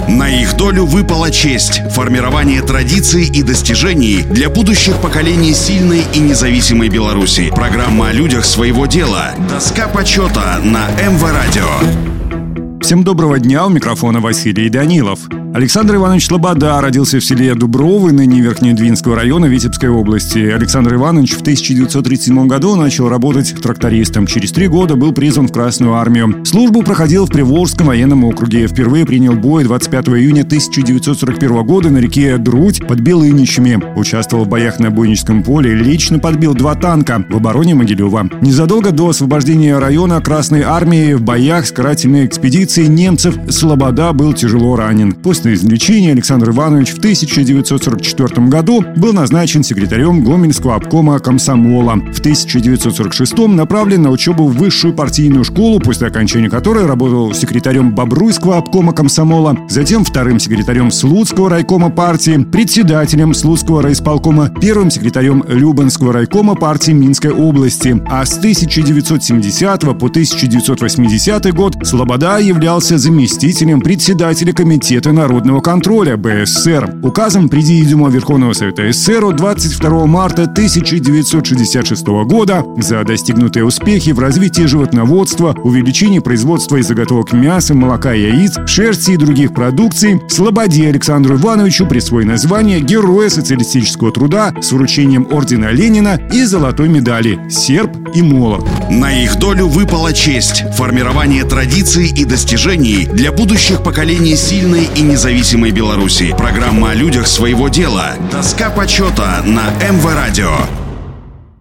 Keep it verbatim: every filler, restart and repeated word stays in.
На их долю выпала честь – формирование традиций и достижений для будущих поколений сильной и независимой Беларуси. Программа о людях своего дела. Доска почета на эм вэ радио. Всем доброго дня, у микрофона Василий Данилов. Александр Иванович Слобода родился в селе Дубровы, ныне Верхнедвинского района Витебской области. Александр Иванович в тысяча девятьсот тридцать седьмом году начал работать трактористом. Через три года был призван в Красную армию. Службу проходил в Приволжском военном округе. Впервые принял бой двадцать пятого июня тысяча девятьсот сорок первого года на реке Друдь под Белыничами. Участвовал в боях на Бойническом поле, лично подбил два танка в обороне Могилева. Незадолго до освобождения района Красной армии в боях с карательной экспедицией немцев Слобода был тяжело ранен. После излечения Александр Иванович в тысяча девятьсот сорок четвёртом году был назначен секретарем Гомельского обкома комсомола. В тысяча девятьсот сорок шестом направлен на учебу в высшую партийную школу, после окончания которой работал секретарем Бобруйского обкома комсомола, затем вторым секретарем Слуцкого райкома партии, председателем Слуцкого райисполкома, первым секретарем Любанского райкома партии Минской области. А с тысяча девятьсот семидесятого по тысяча девятьсот восьмидесятый год Слобода являлся заместителем председателя комитета народного контроля бэ эс эс эр. Указом Президиума Верховного Совета эс эс эр от двадцать второго марта тысяча девятьсот шестьдесят шестого года за достигнутые успехи в развитии животноводства, увеличении производства и заготовок мяса, молока, яиц, шерсти и других продукций Слободе Александру Ивановичу присвоено звание Героя социалистического труда с вручением ордена Ленина и золотой медали «Серп и молот». На их долю выпала честь – формирование традиций и достижений для будущих поколений сильной и независимой Беларуси. Программа о людях своего дела. Доска почета на эм вэ радио.